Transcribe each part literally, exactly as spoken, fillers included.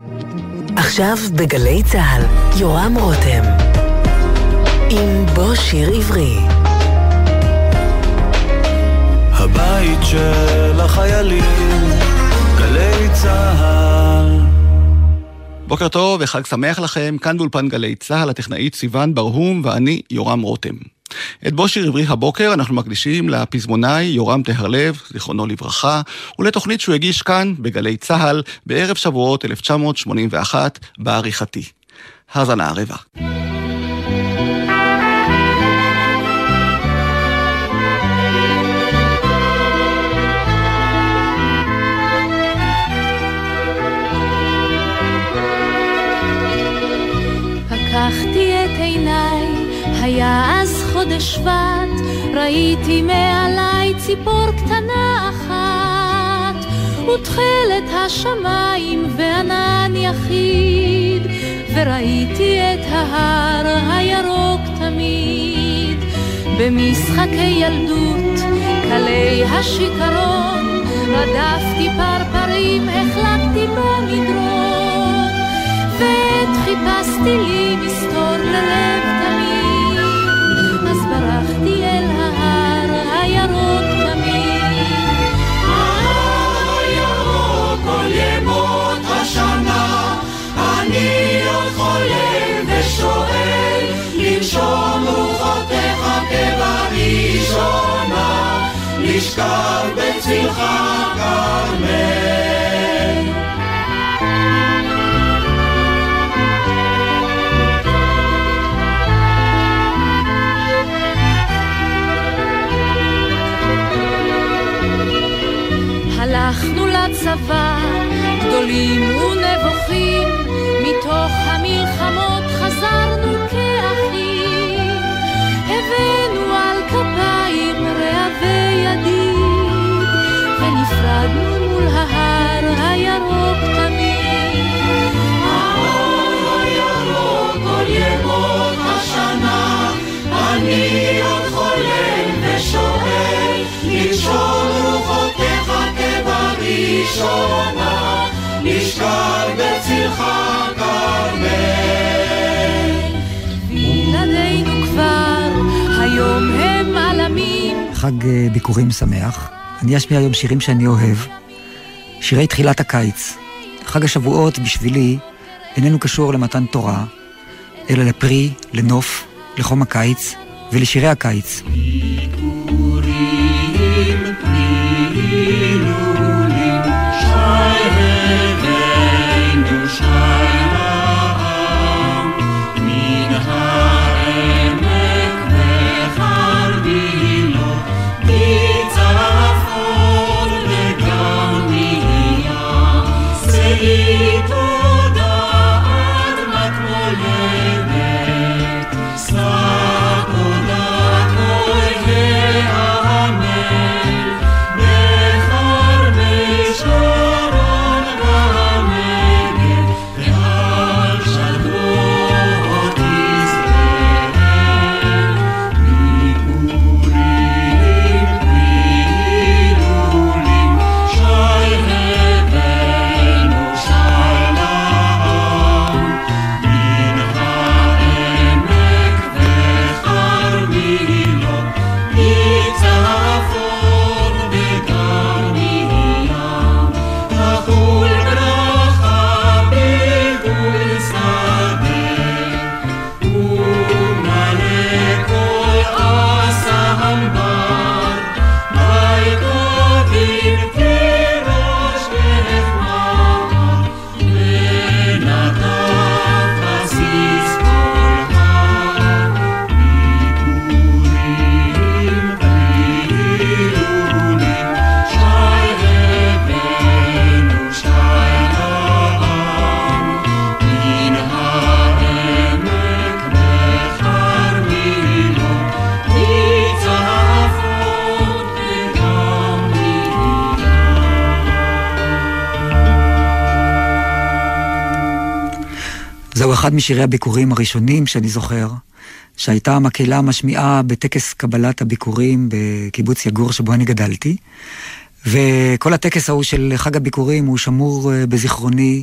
עכשיו בגלי צהל, יורם רותם עם בו שיר עברי. הבית של החיילים, גלי צהל. בוקר טוב וחג שמח לכם, כאן באולפן גלי צהל, הטכנאית סיוון ברהום ואני יורם רותם. את בו שיר עברי הבוקר אנחנו מקדישים לפזמונאי יורם טהרלב, זיכרונו לברכה, ולתוכנית שהוא הגיש כאן בגלי צהל בערב שבועות אלף תשע מאות שמונים ואחת בעריכתי. האזנה ערבה. פקחתי את עיניי, היה אז חודש שבט, ראיתי מעליי ציפור קטנה אחת, ותכלת השמיים וענן יחיד, וראיתי את ההר הירוק תמיד. במשחקי ילדות, קלי השיקרון, רדפתי פרפרים, החלקתי במדרון, ועת חיפשתי לי מסתור ללב תמיד, אז ברחתי אל ההר הירוק תמיד. ההר הירוק כל ימות השנה, אני עוד חולם ושואל, לנשום רוחותיך כבראשונה, לשכב בצלך כרמל. הלכנו לצבא, גדולים ונבוכים, מתוך המלחמות חזרנו כאחים, הבאנו על כפיים רעבי ידיד, ונפרדנו מול ההר הירוק תמיד. ההר הירוק כל ימות השנה, אני עוד חולם ושואל, לנשום רוחותיך כבראשונה, לשכב בצלך כרמל. וילדינו כבר היום הם עלמים. חג ביקורים שמח. אני אשמיע היום שירים שאני אוהב, שירי תחילת הקיץ. חג השבועות בשבילי איננו קשור למתן תורה, אלא לפרי, לנוף, לחום הקיץ ולשירי הקיץ. זהו אחד משירי הביקורים הראשונים שאני זוכר, שהייתה המקהלה משמיעה בטקס קבלת הביקורים בקיבוץ יגור שבו אני גדלתי, וכל הטקס ההוא של חג הביקורים הוא שמור בזיכרוני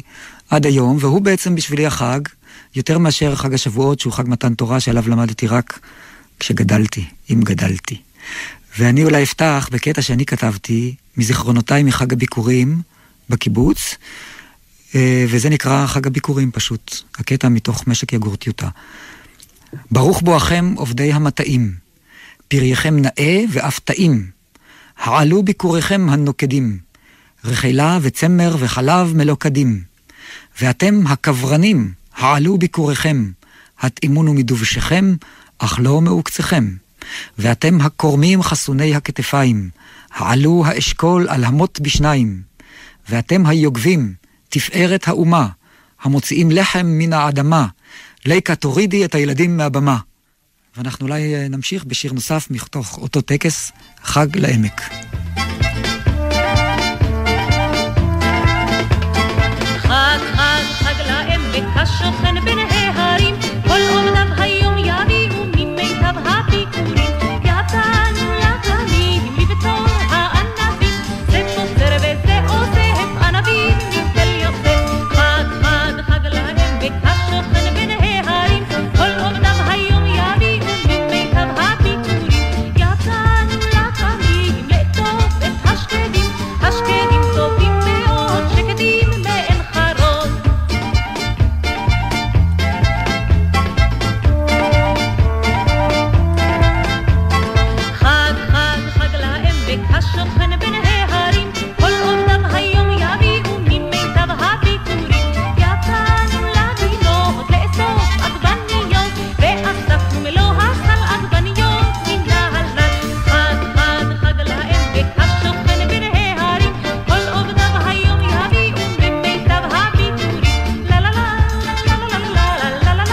עד היום, והוא בעצם בשבילי החג, יותר מאשר חג השבועות, שהוא חג מתן תורה, שעליו למדתי רק כשגדלתי, אם גדלתי. ואני אולי אפתח בקטע שאני כתבתי, מזיכרונותיי מחג הביקורים בקיבוץ, וזה נקרא חג הביקורים פשוט, הקטע מתוך משק יגורטיותה. ברוך בואכם עובדי המטעים, פרייכם נאה ואף טעים, העלו ביקוריכם הנוקדים, רחילה וצמר וחלב מלוקדים, ואתם הקברנים, העלו ביקוריכם, התאימונו מדובשכם, אך לא מעוקצכם, ואתם הקורמים חסוני הכתפיים, העלו האשכול על המות בשניים, ואתם היוגבים, תפארת האומה, המוציאים לחם מן האדמה, ליקה תורידי את הילדים מהבמה. ואנחנו אולי נמשיך בשיר נוסף מתוך אותו טקס, חג לעמק. חג, חג, חג לעמק, השוכן בין ההרים, כל עובדיו היום יביאו ממיטב הביקורים, כי עתנו לגנים לבצור הענבים, זה פוצר וזה עוזב ענבים מתל יוסף. חג, חג, חג לעמק, השוכן בין ההרים, כל עובדיו היום יביאו ממיטב הביקורים, כי עתנו לגנים לאטוף את השקדים, השקדים טובים מאוד, שקדים מאין חרון. חג, חג, חג לעמק, השוכן בין ההרים, כל עובדיו היום יביאו ממיטב הביקורים, יצאנו לגינות לאסוף עגבניות, ואספנו מלוא הסל עגבניות מן ההלן. חג, חג, חג לעמק, השוכן בין ההרים, כל עובדיו היום יביאו ממיטב הביקורים. לה לה לה לה לה לה לה לה לה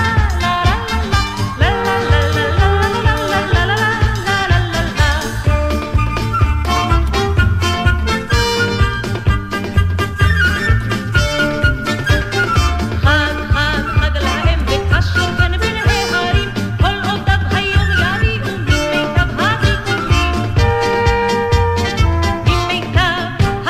חג, חג, חג לעמק, השוכן בין ההרים, כל עובדיו היום יביאו ממיטב הביקורים, ממיטב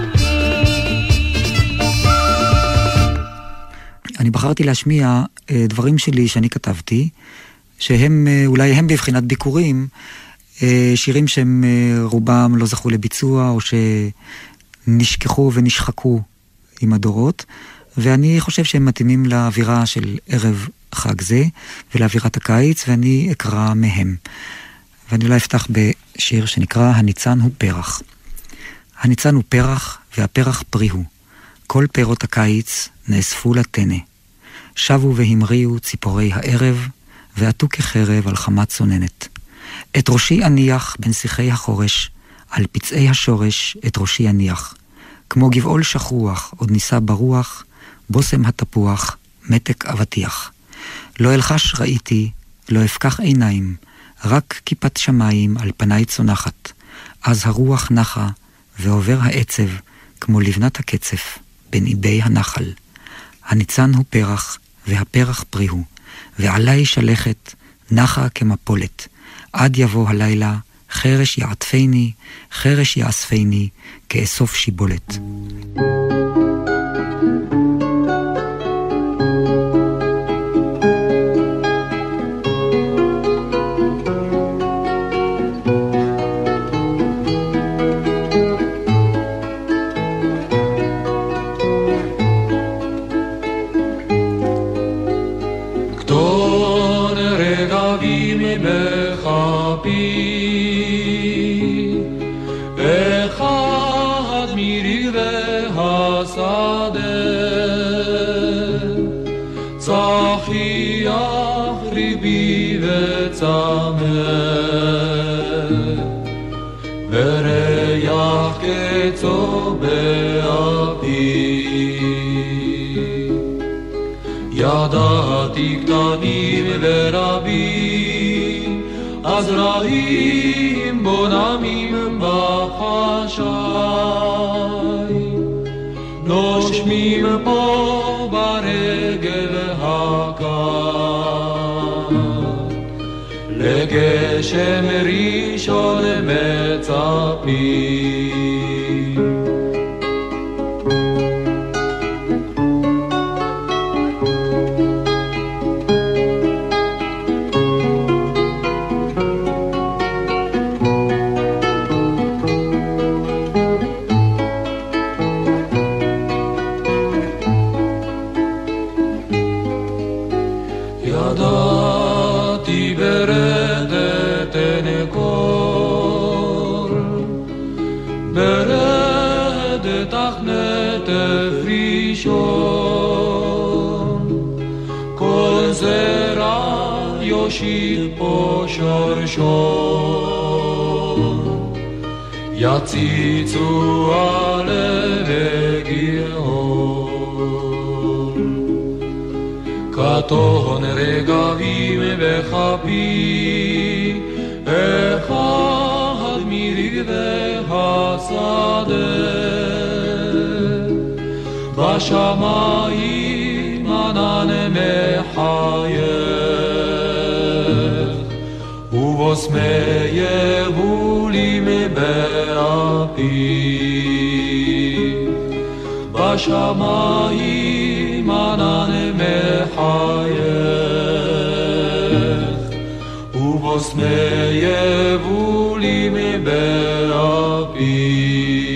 הביקורים. אני בחרתי להשמיע אה, דברים שלי שאני כתבתי, שהם אה, אולי הם בבחינת ביקורים, אה, שירים שהם אה, רובם לא זכו לביצוע, או שנשכחו ונשחקו עם הדורות, ואני חושב שהם מתאימים לאווירה של ערב חג זה, ולאווירת הקיץ, ואני אקרא מהם. ואני אולי אפתח בשיר שנקרא הניצן הוא פרח. הניצן הוא פרח, והפרח פרי הוא. כל פירות הקיץ נאספו לטנא. שבו והמריאו ציפורי הערב, ועטו כחרב על חמה צוננת. את ראשי אניח בין שיחי החורש, על פצעי השורש את ראשי אניח. כמו גבעול שכרוח, עוד ניסה ברוח, בוסם התפוח, מתק אבטיח. לא אלחש ראיתי, לא אפקח עיניים, רק כיפת שמיים על פניי צונחת. אז הרוח נחה, ועובר העצב, כמו לבנת הקצף, בין איבי הנחל. הניצן הוא פרח, והפרח פרי הוא, ועלי שלכת, נחה כמפולת. עד יבוא הלילה, חרש יעטפני, חרש יאספני, כאסוף שיבולת. וריח קצו באפי ידעתי קטנים ורבים אז רעים בונמים בחשאי נושמים פה ברגל הקר לגשם ראשון מצפים ידעתי ברדת נקול, ברדת אך נטף ראשון, כל זרע יושיב פה שורשון, יציצו הלב וגרעון, קטון רגבים וחפי, אחד מרגבי השדה, בשמיים ענן מחייך, ובוסמי יבולים באפי, בשמיים ענן מחייך, ובוסמי יבולים באפי.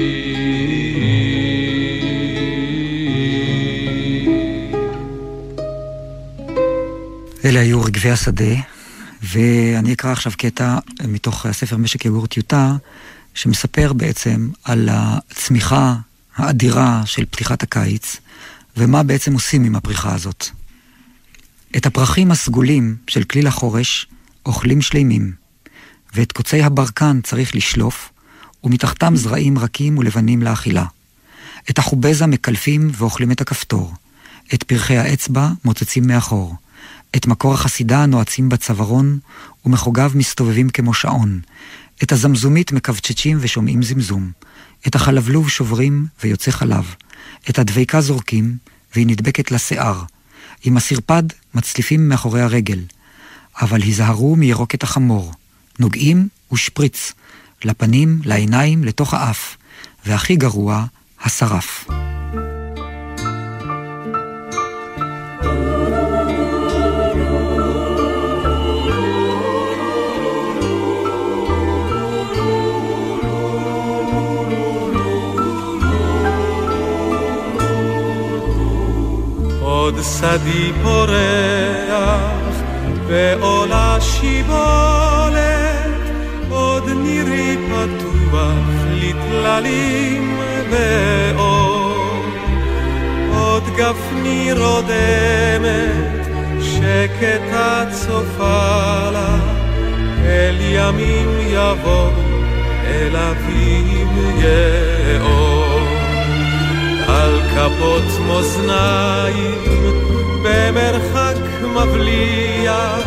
אלה היו רגבי השדה, ואני אקרא עכשיו קטע מתוך הספר משק יגור טיוטה, שמספר בעצם על הצמיחה האדירה של פתיחת הקיץ, ומה בעצם עושים עם הפריחה הזאת. את הפרחים הסגולים של כליל החורש אוכלים שלימים, ואת קוצי הברקן צריך לשלוף, ומתחתם זרעים רכים ולבנים לאכילה. את החובזה מקלפים ואוכלים את הכפתור, את פרחי האצבע מוצצים מאחור, את מקור החסידה נועצים בצווארון, ומחוגיו מסתובבים כמו שעון. את הזמזומית מקבצ'צ'ים ושומעים זמזום. את החלבלוב שוברים ויוצא חלב. את הדביקה זורקים, והיא נדבקת לשיער. עם הסרפד מצליפים מאחורי הרגל. אבל היזהרו מירוקת החמור. נוגעים ושפריץ. לפנים, לעיניים, לתוך האף. והכי גרוע, השרף. עוד שדי פורח ועולה שיבולת, עוד נירי פתוח לטללים באור, עוד גפני רודמת שקטה צופה לה, אל ימים יבוא אל אביב יאור. על כפות מאזניים במרחק מבליח,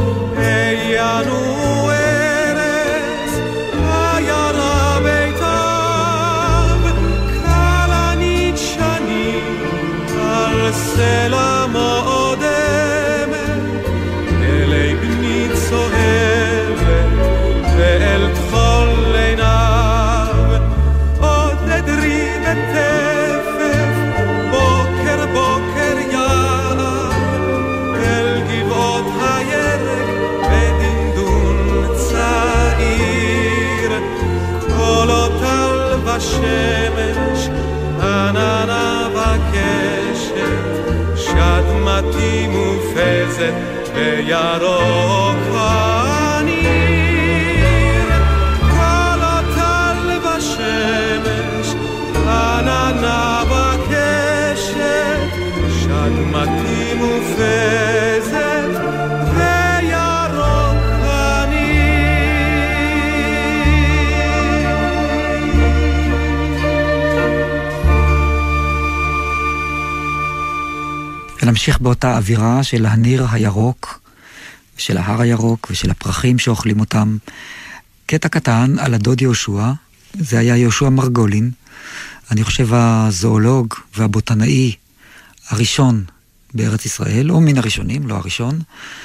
איינו ארץ עיירה ביתיו, כלנית שנים על סלע מועדמת, אלי בני צוהבת ואל תחול עיניו, עוד אדרי בטבע בוקר יער, אל גבעות הירק בדינדון צעיר, קולותיו בשמש, עננה בקשת, שדמתי מופזת בירוק הניר, קולותיו בשמש, עננה בקשת, שדמתי מופזת וירוק הניר. ונמשיך באותה אווירה של הניר הירוק, של ההר הירוק ושל הפרחים שאוכלים אותם. קטע קטן על הדוד יהושע, זה היה יהושע מרגולין, אני חושב הזואולוג והבוטנאי הראשון בארץ ישראל, או מן הראשונים, לא הראשון,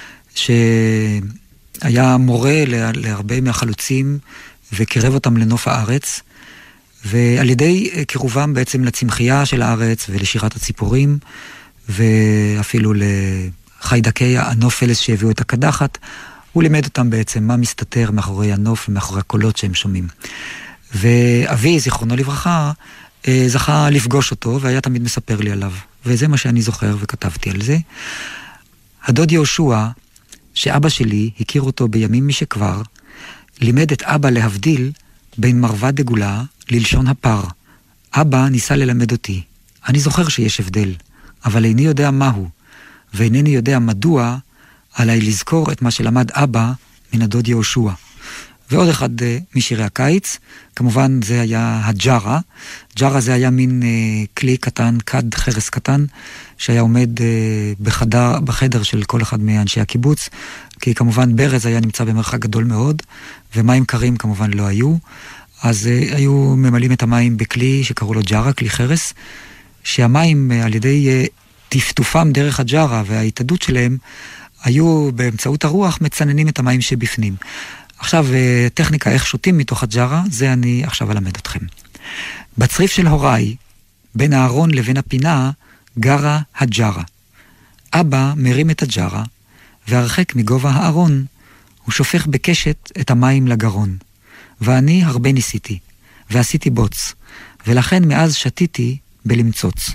שהיה מורה להרבה מהחלוצים וקירב אותם לנוף הארץ, ועל ידי קירובם בעצם לצמחייה של הארץ ולשירת הציפורים, ואפילו לחיידקי הנופלס שהביאו את הקדחת, הוא לימד אותם בעצם מה מסתתר מאחורי הנוף ומאחורי הקולות שהם שומעים. ואבי, זיכרונו לברכה, זכה לפגוש אותו, והיה תמיד מספר לי עליו. וזה מה שאני זוכר וכתבתי על זה. הדוד יהושע, שאבא שלי הכיר אותו בימים משכבר, לימד את אבא להבדיל בין מרווה דגולה ללשון הפר. אבא ניסה ללמד אותי. אני זוכר שיש הבדל, אבל איני יודע מהו, ואינני יודע מדוע עליי לזכור את מה שלמד אבא מן הדוד יהושע. ועוד אחד uh, משירי הקיץ, כמובן זה היה הג'רה. ג'רה זה היה מין uh, כלי קטן, כד חרס קטן, שהיה עומד uh, בחדר, בחדר של כל אחד מאנשי הקיבוץ, כי כמובן ברז היה נמצא במרחק גדול מאוד, ומים קרים כמובן לא היו, אז uh, היו ממלאים את המים בכלי שקראו לו ג'רה, כלי חרס, שהמים uh, על ידי uh, טפטופם דרך הג'רה וההתעדות שלהם, היו באמצעות הרוח מצננים את המים שבפנים. עכשיו, טכניקה איך שותים מתוך הג'רה, זה אני עכשיו אלמד אתכם. בצריף של הוריי, בין הארון לבין הפינה, גרה הג'רה. אבא מרים את הג'רה, והרחק מגובה הארון, הוא שופך בקשת את המים לגרון. ואני הרבה ניסיתי, ועשיתי בוץ, ולכן מאז שתיתי בלמצוץ.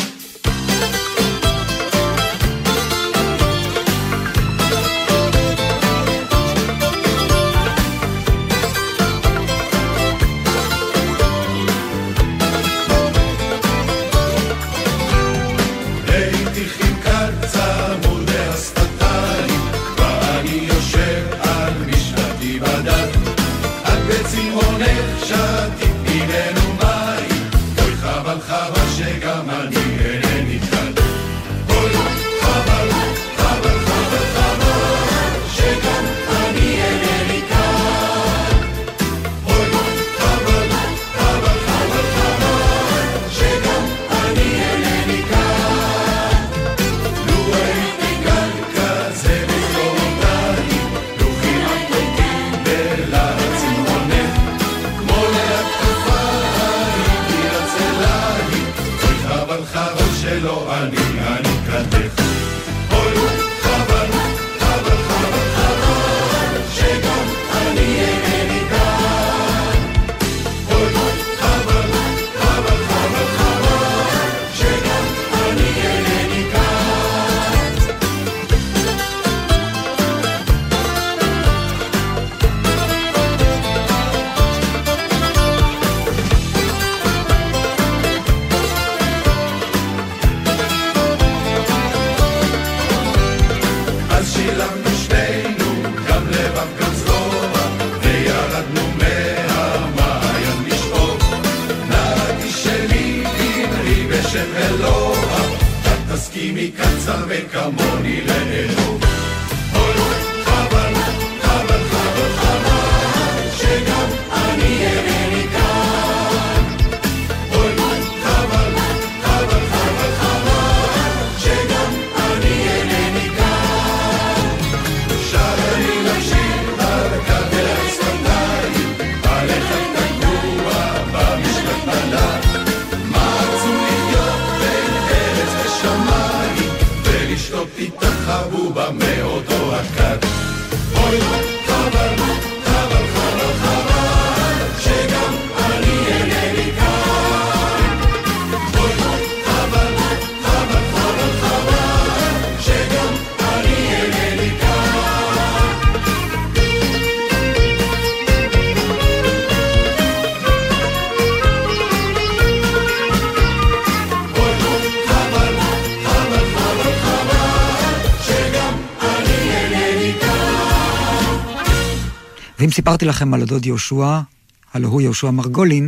ואם סיפרתי לכם על הדוד יהושע, הלא הוא יהושע מרגולין,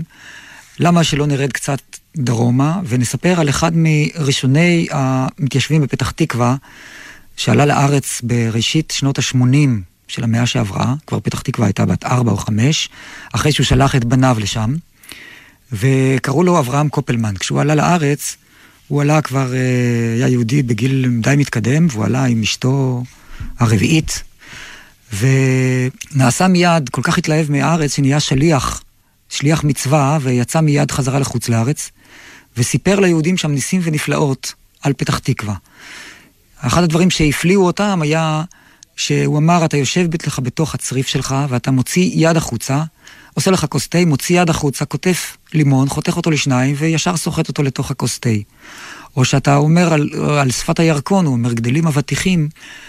למה שלא נרד קצת דרומה, ונספר על אחד מראשוני המתיישבים בפתח תקווה, שעלה לארץ בראשית שנות ה-שמונים של המאה שעברה, כבר פתח תקווה הייתה בת ארבע או חמש, אחרי שהוא שלח את בניו לשם, וקראו לו אברהם קופלמן. כשהוא עלה לארץ, הוא עלה כבר, היה יהודי בגיל די מתקדם, והוא עלה עם אשתו הרביעית, ונעשה מיד, כל כך התלהב מהארץ, שנהיה שליח, שליח מצווה, ויצא מיד חזרה לחוץ לארץ, וסיפר ליהודים שם ניסים ונפלאות על פתח תקווה. אחד הדברים שהפליאו אותם היה שהוא אמר, אתה יושב לך בתוך הצריף שלך, ואתה מוציא יד החוצה, עושה לך כוס תה, מוציא יד החוצה, כותף לימון, חותך אותו לשניים, וישר סוחט אותו לתוך הכוס תה. או שאתה אומר על, על שפת הירקון, הוא אומר גדלים אבטיחים,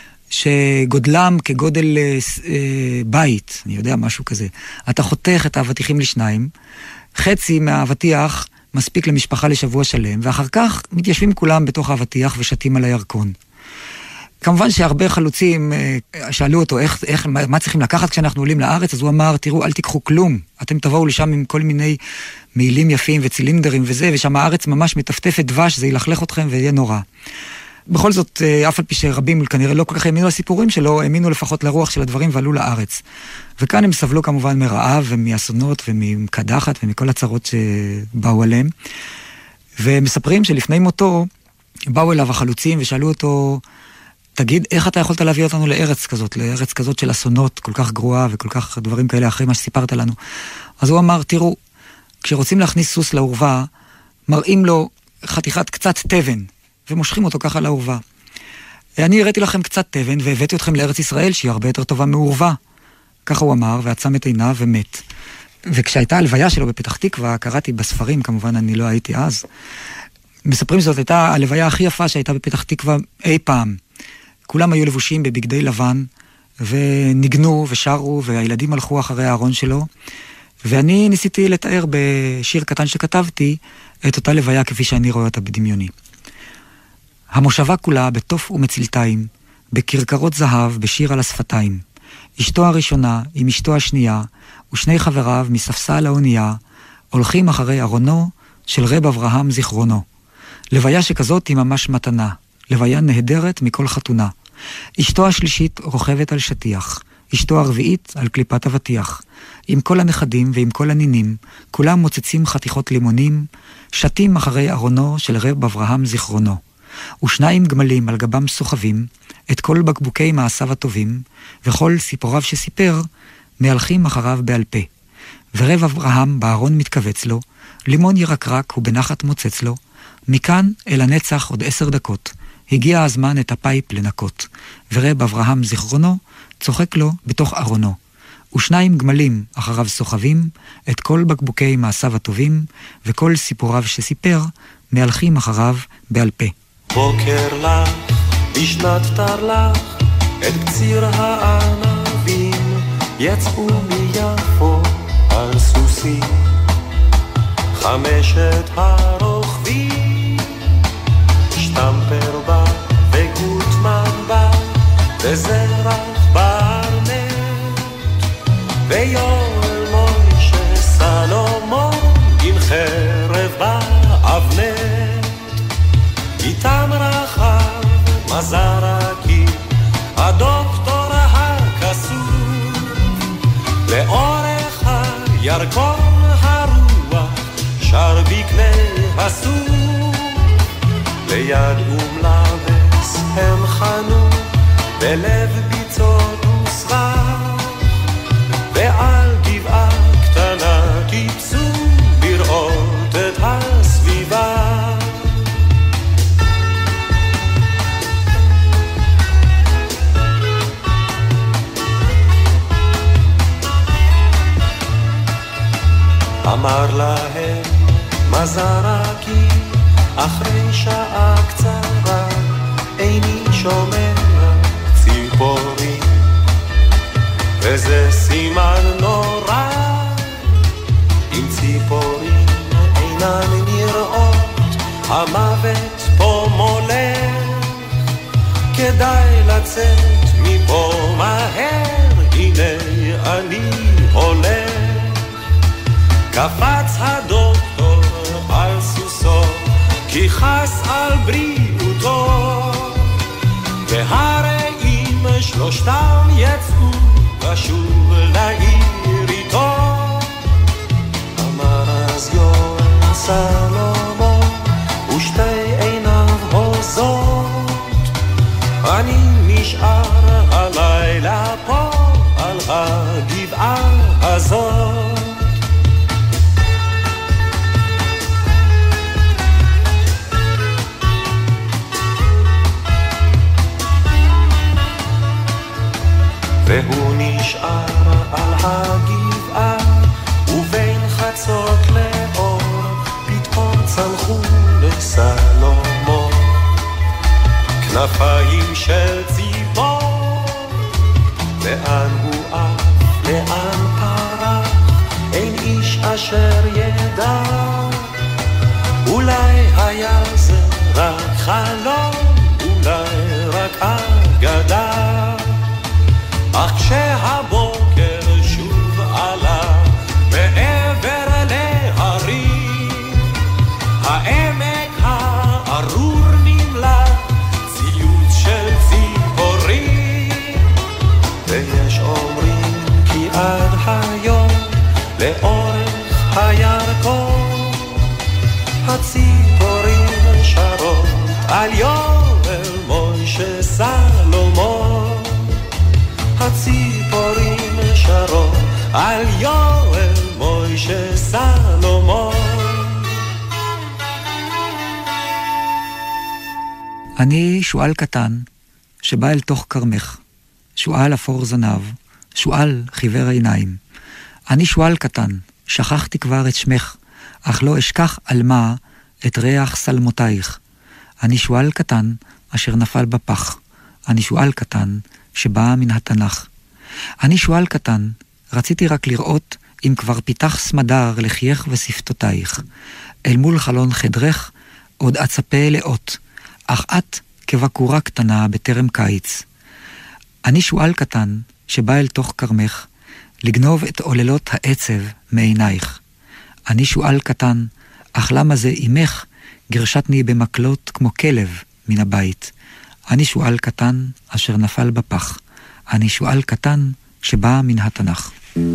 שגודלם כגודל אה, אה, בית, אני יודע, משהו כזה. אתה חותך את האבטיחים לשניים, חצי מהאבטיח מספיק למשפחה לשבוע שלם, ואחר כך מתיישבים כולם בתוך האבטיח ושתים על הירקון. כמובן שהרבה חלוצים אה, שאלו אותו איך, איך, מה, מה צריכים לקחת כשאנחנו עולים לארץ, אז הוא אמר, תראו, אל תיקחו כלום, אתם תבואו לשם עם כל מיני מעילים יפים וצילינדרים וזה, ושם הארץ ממש מטפטפת דבש, זה ילכלך אתכם ויהיה נורא. בכל זאת, אף על פי שרבים כנראה לא כל כך האמינו לסיפורים שלו, האמינו לפחות לרוח של הדברים ועלו לארץ. וכאן הם סבלו כמובן מרעב ומאסונות ומקדחת ומכל הצרות שבאו עליהם. ומספרים שלפני מותו באו אליו החלוצים ושאלו אותו, תגיד, איך אתה יכולת להביא אותנו לארץ כזאת, לארץ כזאת של אסונות כל כך גרועה וכל כך דברים כאלה אחרי מה שסיפרת לנו? אז הוא אמר, תראו, כשרוצים להכניס סוס לאורווה, מראים לו חתיכת קצת תבן, ומושכים אותו ככה לאורווה. אני הראיתי לכם קצת תבן, והבאתי אתכם לארץ ישראל, שהיא הרבה יותר טובה מאורווה. ככה הוא אמר, ועצם את עיניו ומת. וכשהייתה הלוויה שלו בפתח תקווה, קראתי בספרים, כמובן אני לא הייתי אז, מספרים שזאת הייתה הלוויה הכי יפה שהייתה בפתח תקווה אי פעם. כולם היו לבושים בבגדי לבן, וניגנו ושרו, והילדים הלכו אחרי הארון שלו, ואני ניסיתי לתאר בשיר קטן שכתבתי, את אותה לוויה כפי שאני רואה אותה בדמיוני. המושבה כולה בתוף ומצלתיים, בקרקרות זהב, בשיר על השפתיים. אשתו הראשונה עם אשתו השנייה, ושני חבריו מספסל האונייה, הולכים אחרי ארונו של רב אברהם זיכרונו. לוויה שכזאת היא ממש מתנה, לוויה נהדרת מכל חתונה. אשתו השלישית רוכבת על שטיח, אשתו הרביעית על קליפת אבטיח. עם כל הנכדים ועם כל הנינים, כולם מוצצים חתיכות לימונים, שתים אחרי ארונו של רב אברהם זיכרונו. ושניים גמלים על גבם סוחבים, את כל בקבוקי מעשיו הטובים, וכל סיפוריו שסיפר, מהלכים אחריו בעל פה. ורב אברהם בארון מתכווץ לו, לימון ירקרק ובנחת מוצץ לו, מכאן אל הנצח עוד עשר דקות, הגיע הזמן את הפייפ לנקות, ורב אברהם זיכרונו צוחק לו בתוך ארונו. ושניים גמלים אחריו סוחבים, את כל בקבוקי מעשיו הטובים, וכל סיפוריו שסיפר, מהלכים אחריו בעל פה. בוקר לך, בשנת תרלך, את קציר הענבים, יצאו מיפו על סוסים, חמשת הרוכבים, שטמפר בא וגוטמן בא, וזרח ברנט, ויואל מוישה סלומון, עם חרב באבנט, איתם רחב מזרקי, הדוקטור הכסוף, לאורך הירקון הרוח, שר בקנה הסוף, ליד אומלבס הם חנו, בלב ביצות וסרח, ועל גבעה קטנה טיפסו, לראות את הסביבה. אמר להם מזרקי, אחרי שעה קצרה, איני שומע ציפורים, וזה סימן נורא, אם ציפורים אינן נראות, המוות פה מולך, כדאי לצאת מפה מהר, הנה אני הולך. קפץ הדוקטור על סוסו, כי חס על בריאותו, והרעים שלושתם יצאו לשוב לעיר איתו. אמר אז יואל סלומון, ושתי עיניו הוזות, אני נשאר הלילה פה על הגבעה הזאת. והוא נשאר על הגבעה, ובין חצות לאור, פתאום צלחו לסלומון כנפיים של ציפור, לאן הוא אף, לאן פרח, אין איש אשר ידע. אולי היה זה רק חלום, אולי רק אגדה, אך כשהבוקר שוב עלה מעבר להרים, העמק הארור נמלא ציוץ של ציפורים, ויש אומרים כי עד היום לאורך הירקון הציפורים שרות על יואל מוישה סלומון, הציפורים שרות על יואל מוישה סלומון. אני שואל קטן שבא אל תוך קרמך, שואל אפור זנב, שואל חיוור עיניים. אני שואל קטן, שכחתי כבר את שמך, אך לא אשכח על מה את ריח סלמותייך. אני שואל קטן אשר נפל בפח, אני שואל קטן שבא מן התנ"ך. אני שואל קטן, רציתי רק לראות אם כבר פיתח סמדר לחייך ושפתותייך. אל מול חלון חדרך עוד אצפה לאות, אך את כבקורה קטנה בטרם קיץ. אני שואל קטן שבא אל תוך קרמך, לגנוב את עוללות העצב מעינייך. אני שואל קטן, אך למה זה אימך גרשתני במקלות כמו כלב מן הבית. אני שואל קטן אשר נפל בפח, אני שואל קטן שבא מן התנ"ך.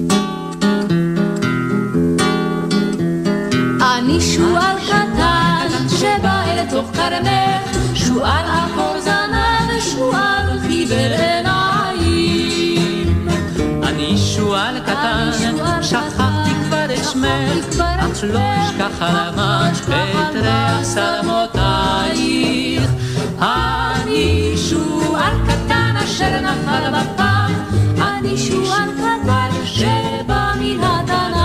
אני שואל קטן שבא אל תוך קרמך, שואל אפור זנב, שואל חיוור עיניים. אני שואל קטן, שכחתי כבר את שמך, אך לא אשכח על מה ואת ריח סלמותייך. אני שואל קטן אשר נפל בפח, אני שואל קטן שבא מן התנ"ך.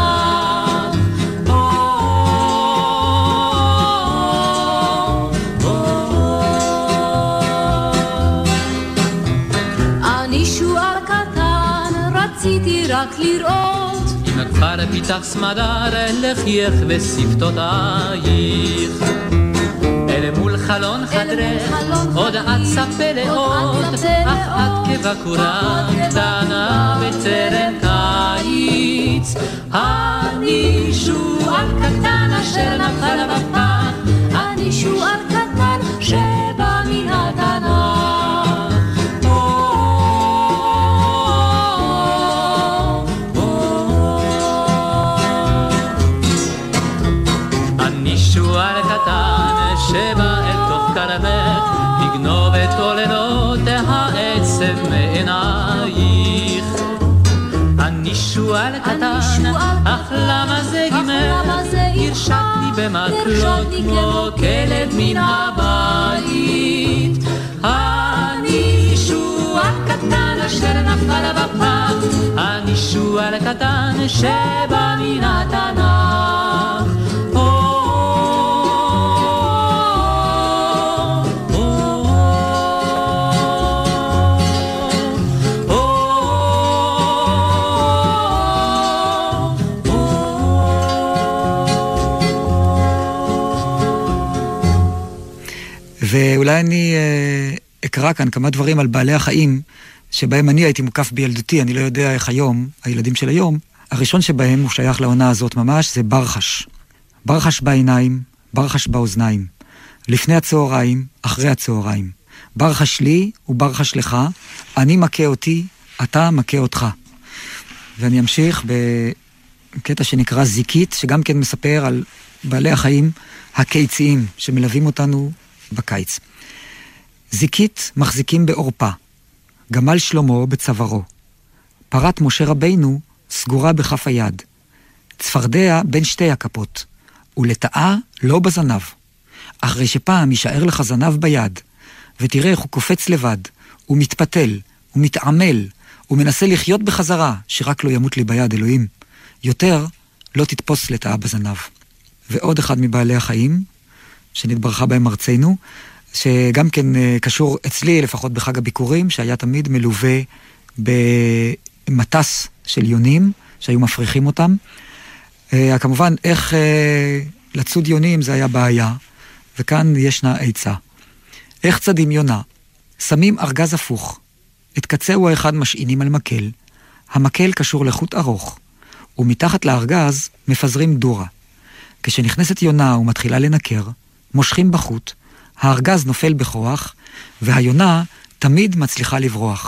אני שואל קטן, רציתי רק לראות אם כבר פיתח סמדר לחייך ושפתותייך. אל מול חלון חדרך עוד אצפה לאות, אך את כבקורה קטנה בטרם קיץ. אני שואל קטן אשר נפל בפח, אני שואל קטן שבא מן התנ"ך. שואל קטן שבא אל תוך קרמך, לגנוב את עוללות העצב מעינייך. אני שואל קטן, אך למה זה גמר, הרשתני במקלות כמו כלב מן הבית. אני שואל קטן אשר נפל בפח, אני שואל קטן שבא מן התנ"ך. ואולי אני אה, אקרא כאן כמה דברים על בעלי החיים שבהם אני הייתי מוקף בילדותי, אני לא יודע איך היום, הילדים של היום. הראשון שבהם הוא שייך לעונה הזאת ממש, זה ברחש. ברחש בעיניים, ברחש באוזניים. לפני הצהריים, אחרי הצהריים. ברחש לי וברחש לך, אני מכה אותי, אתה מכה אותך. ואני אמשיך בקטע שנקרא זיקית, שגם כן מספר על בעלי החיים הקיציים שמלווים אותנו בקיץ. זיקית מחזיקים באורפה, גמל שלמה בצווארו, פרת משה רבינו סגורה בכף היד, צפרדע בין שתי הכפות, ולטאה לא בזנב. אחרי שפעם יישאר לך זנב ביד, ותראה איך הוא קופץ לבד, הוא מתפתל, הוא מתעמל, הוא מנסה לחיות בחזרה, שרק לא ימות לי ביד אלוהים. יותר לא תתפוס לטאה בזנב. ועוד אחד מבעלי החיים, שנתברכה בהם ארצנו, שגם כן קשור אצלי, לפחות בחג הביקורים, שהיה תמיד מלווה במטס של יונים, שהיו מפריחים אותם. כמובן, איך לצוד יונים זה היה בעיה, וכאן ישנה עצה. איך צדים יונה? שמים ארגז הפוך. את קצהו האחד משעינים על מקל. המקל קשור לחוט ארוך, ומתחת לארגז מפזרים דורה. כשנכנסת יונה ומתחילה לנקר, מושכים בחוט, הארגז נופל בכוח, והיונה תמיד מצליחה לברוח.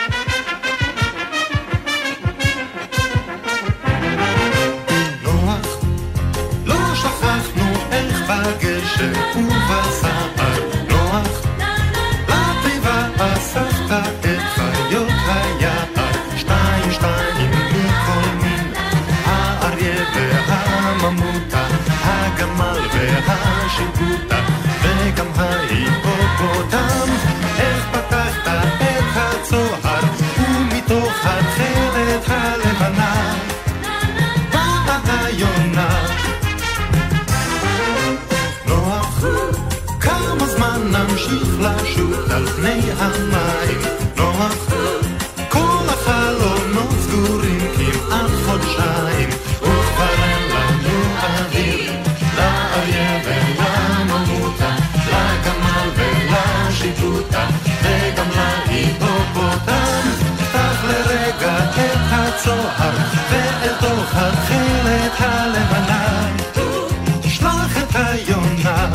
נוח, לא שכחנו איך בגשם ובסער. נוח, לתיבה אספת את חיות היער. שתיים שתיים מכל מין, האריה והממותה, הגמל והשיבוטה, וגם ההיפופוטם. איך פתחת את הצוהר, ומתוך התכלת הלבנה באה היונה. נוח, כמה זמן נמשיך לשוט על פני המים. נוח, כל החלונות סגורים כמעט חודשיים, וכבר אין לנו אוויר. לאריה ולממותה, לגמל ולשיבוטה, וגם להיפופוטם. פתח לרגע את הצוהר, ואל תוך התכלת הלבנה שלח את היונה.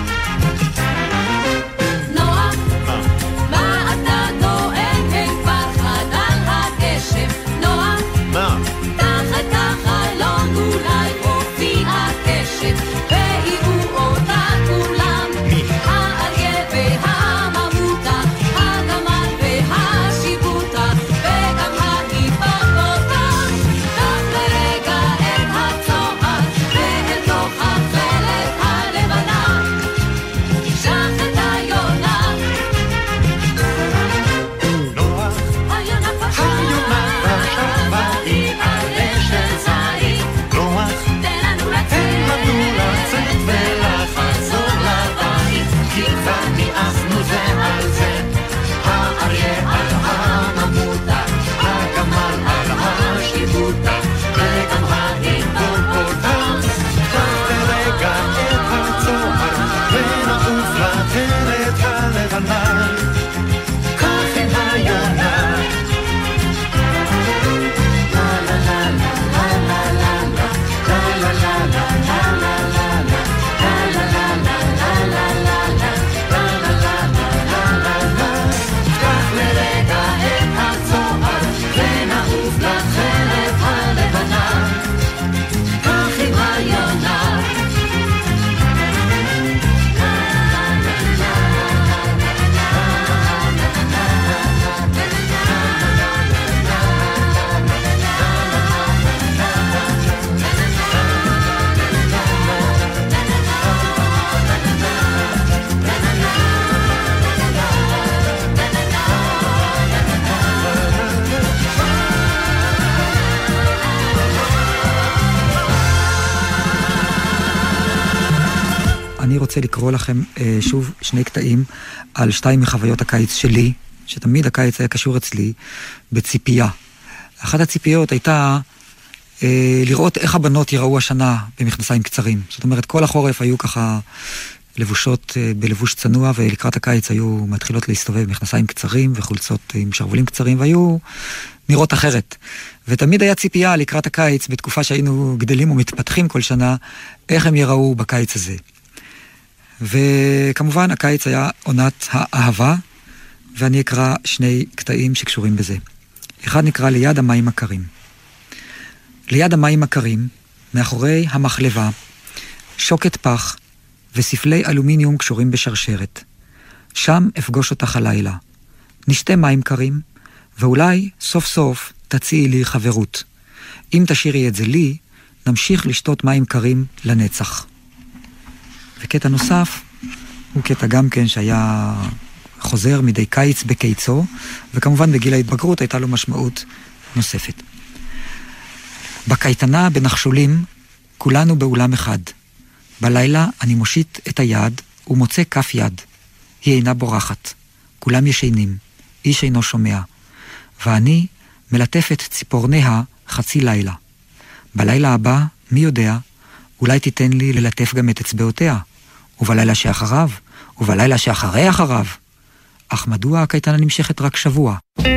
נוח, מה אתה טוען? אין פחד על הגשם. נוח, מה? תחת החלון אולי הופיעה קשת, והיו אותה כולם. האריה והממותה, הגמל והשיבוטה, וגם ההיפופוטם. קח לרגע את הצוהר, ואל תוך התכלת הלבנה שלח את היונה. נוח, היונה פשעה, היונה פשעה והיא עלה של זית. נוח, תן לנו לצאת, תן לנו לצאת ולחזור לבית, כי כבר נמאסנו זה על זה. האריה על הממותה, הגמל על השיבוטה, וגם ההיפופוטם. קח לרגע את הצוהר, ונעוף לתכלת הלבנה, קח את היונה. קח לרגע את הצוהר, ונעוף לתכלת הלבנה, קח עם היונה. אני רוצה לקרוא לכם אה, שוב שני קטעים על שתיים מחוויות הקיץ שלי, שתמיד הקיץ היה קשור אצלי, בציפייה. אחת הציפיות הייתה אה, לראות איך הבנות יראו השנה במכנסיים קצרים. זאת אומרת, כל החורף היו ככה לבושות אה, בלבוש צנוע, ולקראת הקיץ היו מתחילות להסתובב במכנסיים קצרים וחולצות עם שרבולים קצרים, והיו נראות אחרת. ותמיד היה ציפייה לקראת הקיץ, בתקופה שהיינו גדלים ומתפתחים כל שנה, איך הם יראו בקיץ הזה. וכמובן הקיץ היה עונת האהבה, ואני אקרא שני קטעים שקשורים בזה. אחד נקרא ליד המים הקרים. ליד המים הקרים, מאחורי המחלבה, שוקת פח וספלי אלומיניום קשורים בשרשרת. שם אפגוש אותך הלילה. נשתה מים קרים, ואולי סוף סוף תציעי לי חברות. אם תשאירי את זה לי, נמשיך לשתות מים קרים לנצח. וקטע נוסף הוא קטע גם כן שהיה חוזר מדי קיץ בקיצו, וכמובן בגיל ההתבגרות הייתה לו משמעות נוספת. בקייטנה בנחשולים כולנו באולם אחד. בלילה אני מושיט את היד ומוצא כף יד. היא אינה בורחת. כולם ישנים, איש אינו שומע. ואני מלטפת ציפורניה חצי לילה. בלילה הבא, מי יודע, אולי תיתן לי ללטף גם את אצבעותיה. ובלילה שאחריו, ובלילה שאחרי אחריו. אך מדוע הקייטנה נמשכת רק שבוע?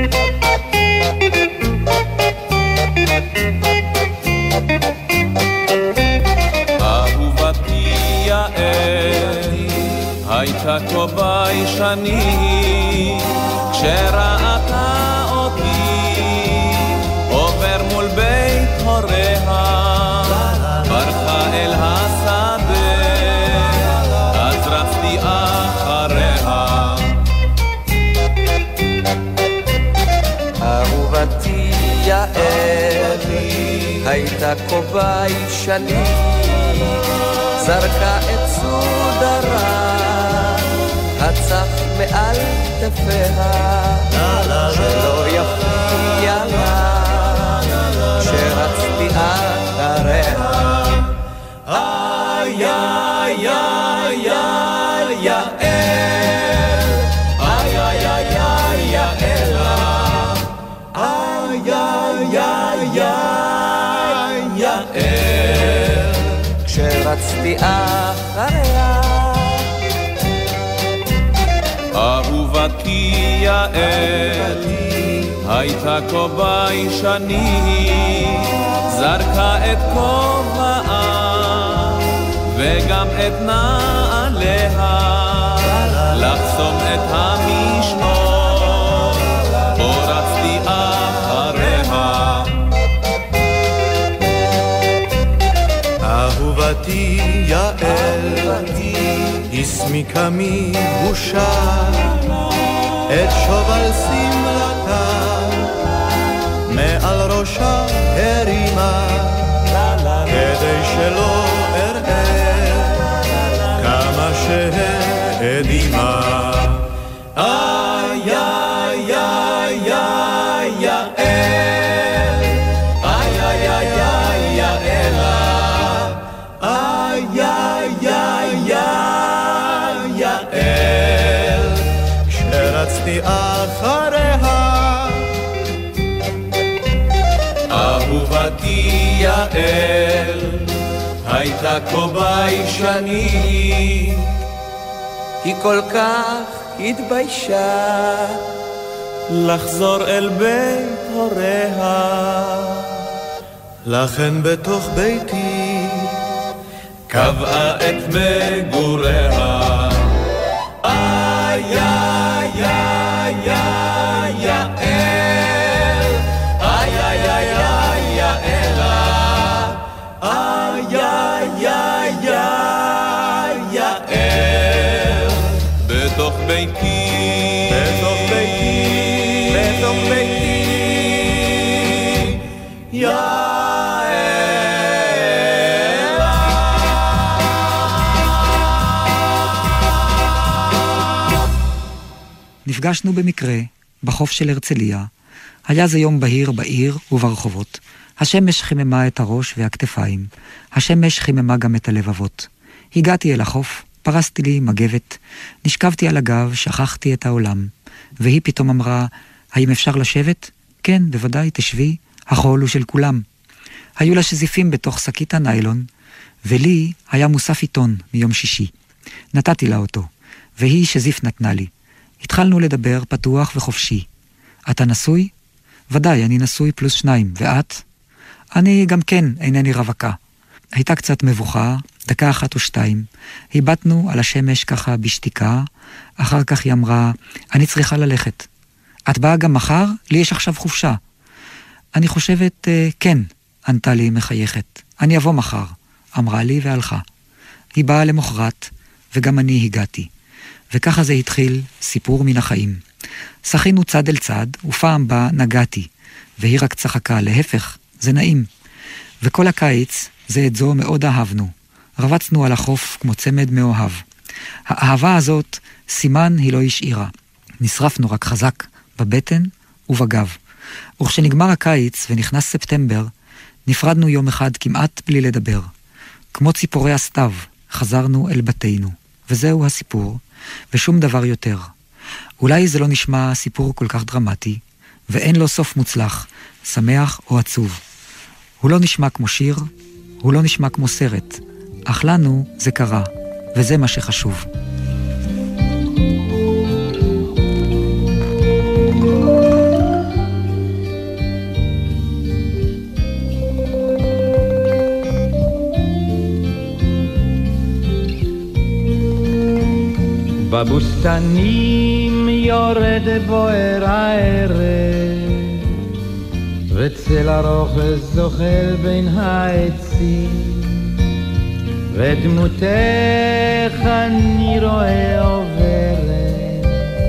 אהובתי יעל הייתה כה ביישני כשראתה אותי עובר מול בית הוריה ברחה אל השדה אז רצתי אחריה אהובתי יעל הייתה כה ביישני זרקה את סודרה הצף מעל כתפיה שלא יפתיע לה שרצתי אחריה איי איי איי איי יעל איי איי איי איי יעלה איי איי איי איי יעל כשרצתי אחריה אהובתי יעל הייתה כה ביישני זרקה את כובעה וגם את נעליה לחסום את המשמור בו רצתי אחריה אהובתי יעל הסמיקה מבושה את שובל סמלתה מעל ראשה הרימה כדי שלא אראה כמה שהאדימה איי איי איי איי יעל איי איי איי איי יעלה איי איי איי איי יעל כשרצתי אחריה אהובתי יעל הייתה כה ביישני היא כל כך התביישה לחזור אל בית הוריה לכן בתוך ביתי קבעה את מגוריה איי איי איי איי יעל איי איי איי איי יעלה איי איי איי איי יעל בתוך ביתי בתוך ביתי בתוך ביתי יעל נפגשנו במקרה בחוף של הרצליה. היה זה יום בהיר בעיר וברחובות. השמש חיממה את הראש והכתפיים. השמש חיממה גם את הלבבות. הגעתי אל החוף, פרסתי לי מגבת, נשכבתי על הגב, שכחתי את העולם. והיא פתאום אמרה, האם אפשר לשבת? כן, בוודאי, תשבי, החול הוא של כולם. היו לה שזיפים בתוך שקית הניילון, ולי היה מוסף עיתון מיום שישי. נתתי לה אותו, והיא שזיף נתנה לי. התחלנו לדבר פתוח וחופשי. אתה נשוי? ודאי, אני נשוי פלוס שניים. ואת? אני גם כן אינני רווקה. הייתה קצת מבוכה, דקה אחת או שתיים. היבטנו על השמש ככה בשתיקה. אחר כך היא אמרה, אני צריכה ללכת. את באה גם מחר? לי יש עכשיו חופשה. אני חושבת, כן, ענתה לי מחייכת. אני אבוא מחר, אמרה לי והלכה. היא באה למחרת, וגם אני הגעתי. וככה זה התחיל, סיפור מן החיים. שחינו צד אל צד, ופעם בה נגעתי, והיא רק צחקה, להפך, זה נעים. וכל הקיץ, זה את זו מאוד אהבנו. רבצנו על החוף כמו צמד מאוהב. האהבה הזאת, סימן היא לא השאירה. נשרפנו רק חזק, בבטן ובגב. וכשנגמר הקיץ ונכנס ספטמבר, נפרדנו יום אחד כמעט בלי לדבר. כמו ציפורי הסתיו, חזרנו אל בתינו. וזהו הסיפור, ושום דבר יותר. אולי זה לא נשמע סיפור כל כך דרמטי, ואין לו סוף מוצלח, שמח או עצוב. הוא לא נשמע כמו שיר, הוא לא נשמע כמו סרט, אך לנו זה קרה, וזה מה שחשוב. בבוסתנים יורד בוער הערב, וצל ארוך זוחל בין העצים, ודמותך אני רואה עוברת,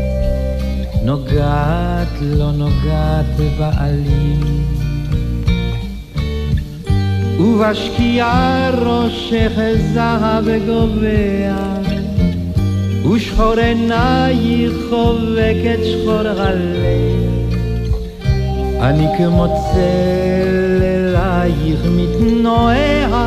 נוגעת לא נוגעת בעלים, ובשקיעה ראשך זהב גובע, ושחור עינייך חובקת שחור הלב, אני כמו צל אלייך מתנועע,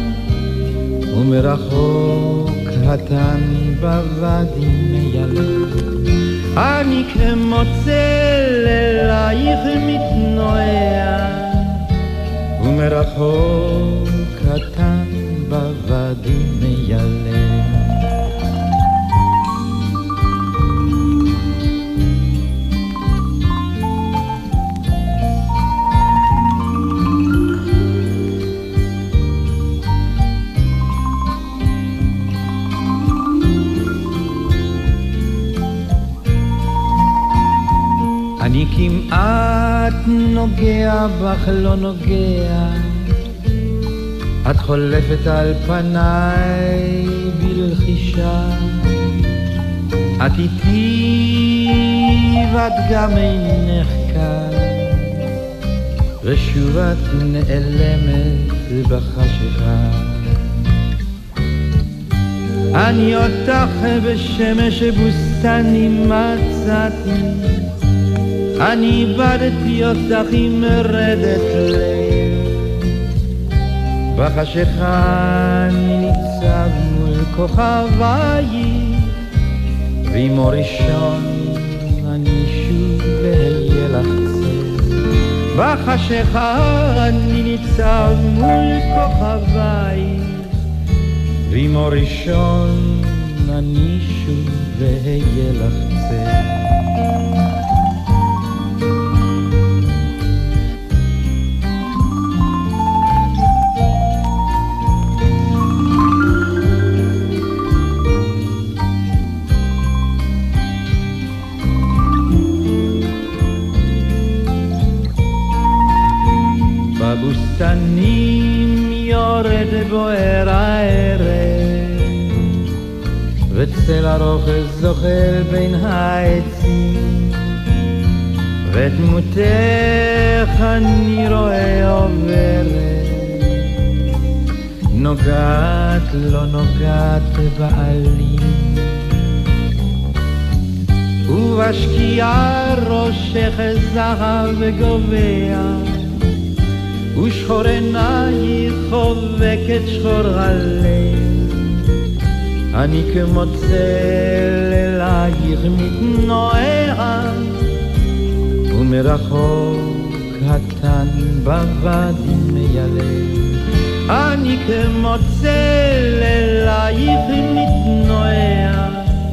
ומרחוק קטן בוואדי מיילד, אני כמו צל אלייך מתנועע, ומרחוק קטן בוואדי מיילד. אני כמעט נוגע בך לא נוגע, את חולפת על פניי בלחישה, את איתי ואת גם אינך כאן, ושוב את נעלמת בחשיכה. אני אותך בשמש בוסתני מצאתי, אני איבדתי אותך עם רדת לב, בחשיכה אני ניצב מול כוכבייך, ועם אור ראשון אני שוב אהיה לך צל, בחשיכה אני ניצב מול כוכבייך, ועם אור ראשון אני שוב אהיה לך צל. בבוסתנים יורד בוער הערב, וצל ארוך זוחל בין העצים, ודמותך אני רואה עוברת, נוגעת לא נוגעת בעלים, ובשקיעה ראשך זהב גובע, ושחור עינייך חובקת שחור הלב, אני כמו צל אלייך מתנועע, ומרחוק קטן בוואדי מיילד, אני כמו צל אלייך מתנועע,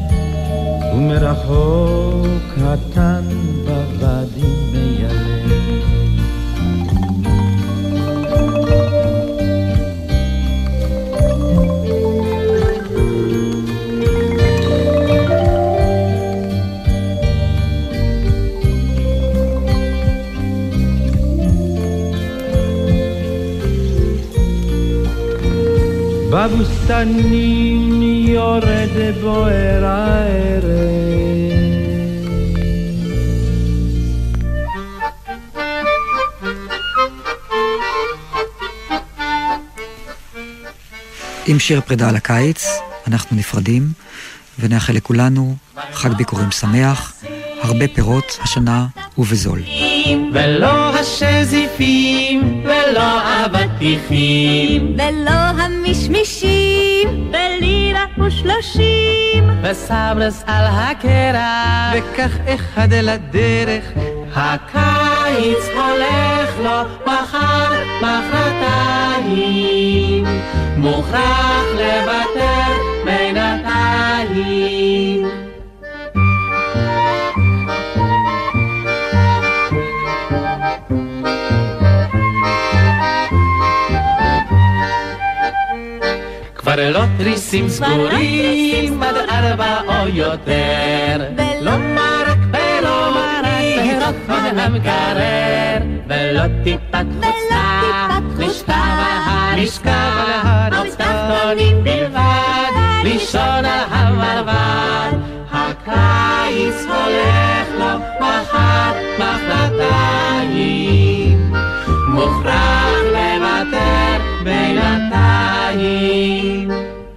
ומרחוק קטן בוואדי מיילד. בבוסתנים יורד בוער הערב. עם שיר פרידה על הקיץ, אנחנו נפרדים ונאחל לכולנו חג ביקורים שמח, הרבה פירות השנה ובזול. ולא השזיפים ולא אבטיחים ולא המשמישים ולילה ושלושים וסברס על הקרח וכך אחד לדרך הקיץ הולך לו מחר מחרתיים מוכרח לוותר בינתיים כבר לא תריסים סגורים עד ארבע או יותר ולא מרק ולא מרק מן המקרר ולא טיפת חוצה לשכב על תחתונים בלבד לישון על המרבד הקיץ הולך לו מחר מחרתיים מוכרח לוותר בינתיים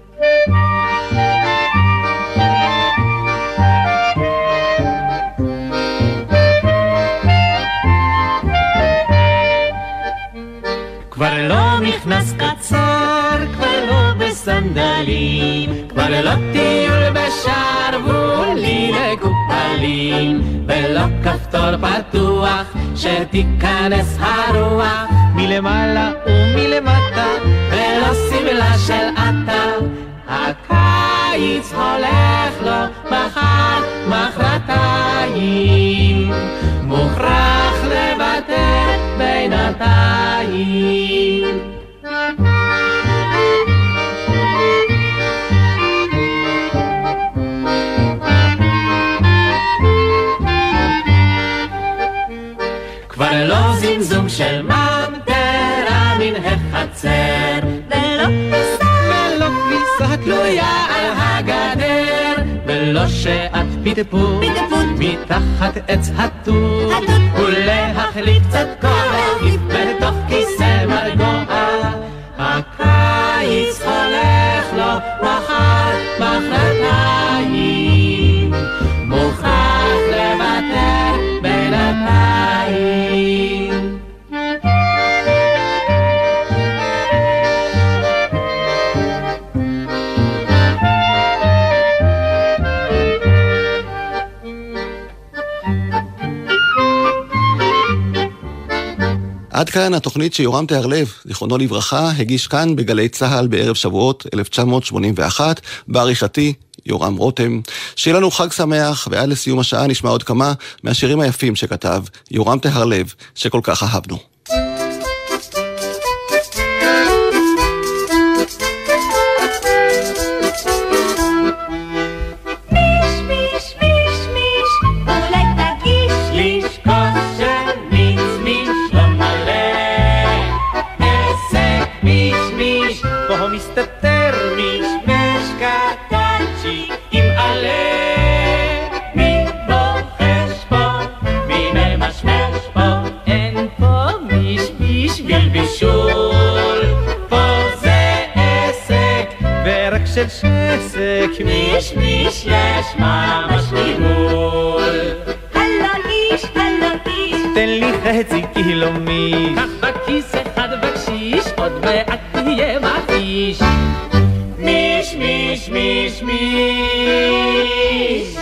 כבר לא מכנס קצר, כבר לא בסנדלים, כבר לא טיול בשרוולים מקופלים, ולא כפתור פתוח שתיכנס הרוח מלמעלה ומלמטה, ולא סמלה של עטה. הקיץ הולך לו מחר מחרתיים, מוכרח לוותר בינתיים. כבר לא זמזום של ממטרה מן החצר, ולא כביסה ולא כביסה תלויה על הגדר, ולא שעת פטפוט מתחת עץ התות, ולהחליף קצת כוח בתוך כיסא מרגוע. הקיץ הולך לו מחר מחרתיים, מוכרח לוותר בינתיים. עד כאן התוכנית שיורם תהרלב, זיכרונו לברכה, הגיש כאן בגלי צהל בערב שבועות אלף תשע מאות שמונים ואחת, בעריכתי יורם רותם. שיהיה לנו חג שמח, ועד לסיום השעה נשמע עוד כמה מהשירים היפים שכתב יורם תהרלב, שכל כך אהבנו. מסתתר משמש קטנצ'יק עם עלה, מי בוחש פה, מי ממשמש פה, אין פה מישמיש בלבישול, פה זה עסק ורק של שסק, מישמיש יש ממש נימול. הלו איש, הלו איש, תן לי חצי קילו מיש, קח בכיס אחד בקשיש, עוד מעט תהיה מחיש. מיש, מיש, מיש, מיש.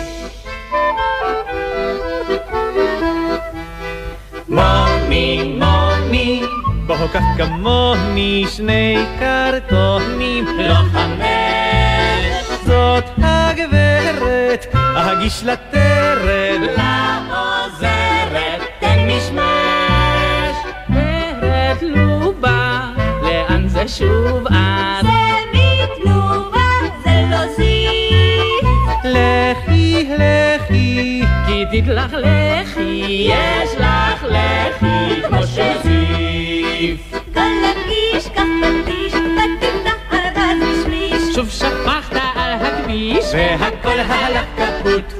מומי, מומי, בוא קח כמוני שני קרטונים, לא חמש. זאת הגברת, אגיש לטרד, לעוזרת, תן משמש. ורד לובה, לאן זה שוב את? זה מתלובה, זה לא זיף. לכי, לכי, כי תדלך לכי, יש לך לכי כמו שזיף. גלת איש, כך פטיש, ותמדח ארבעת משליש. שוב שפכת על הכביש, והכל הלך כפות.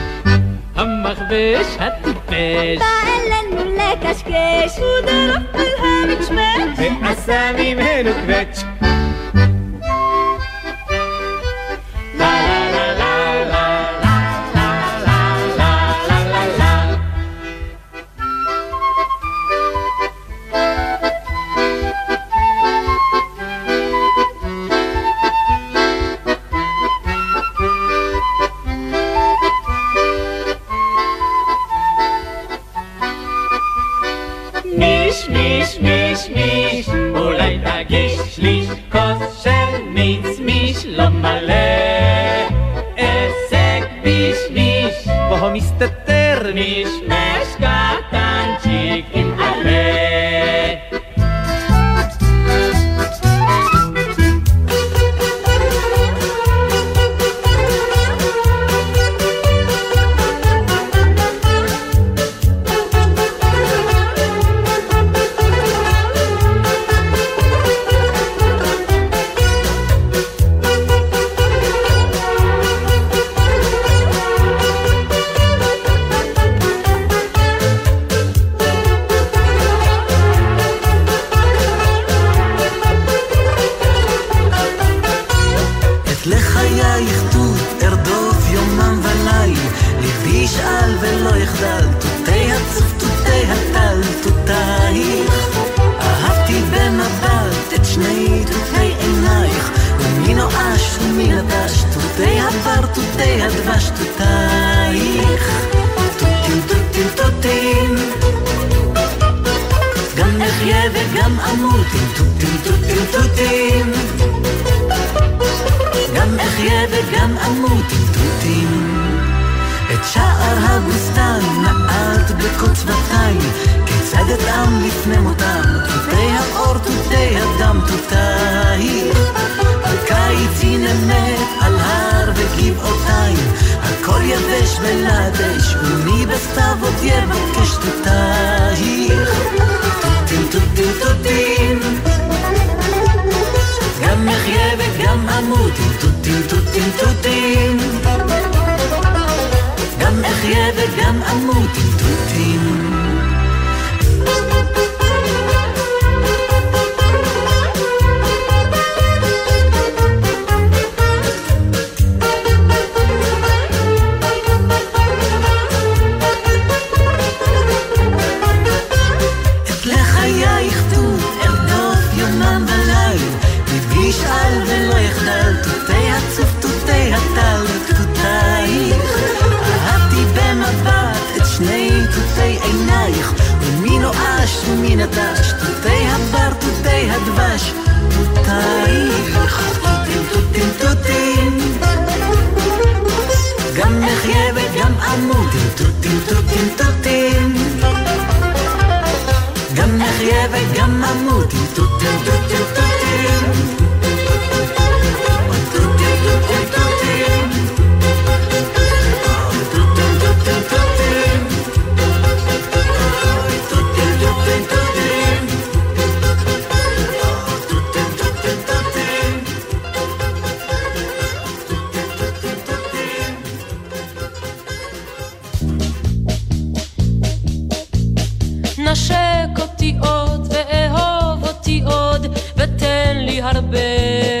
המכבש הטיפש בא אלינו לקשקש, הוא דרף על המצמש ועשה ממנו קווץ'. מיש, מיש, מיש, מיש, אולי תגיש לי כוס של מיץ, מיש לא מלא. עסק ביש, מיש, בו מסתתר מיש, מש קטנצ'יק עם עלה. נשק אותי עוד ואהוב אותי עוד ותן לי הרבה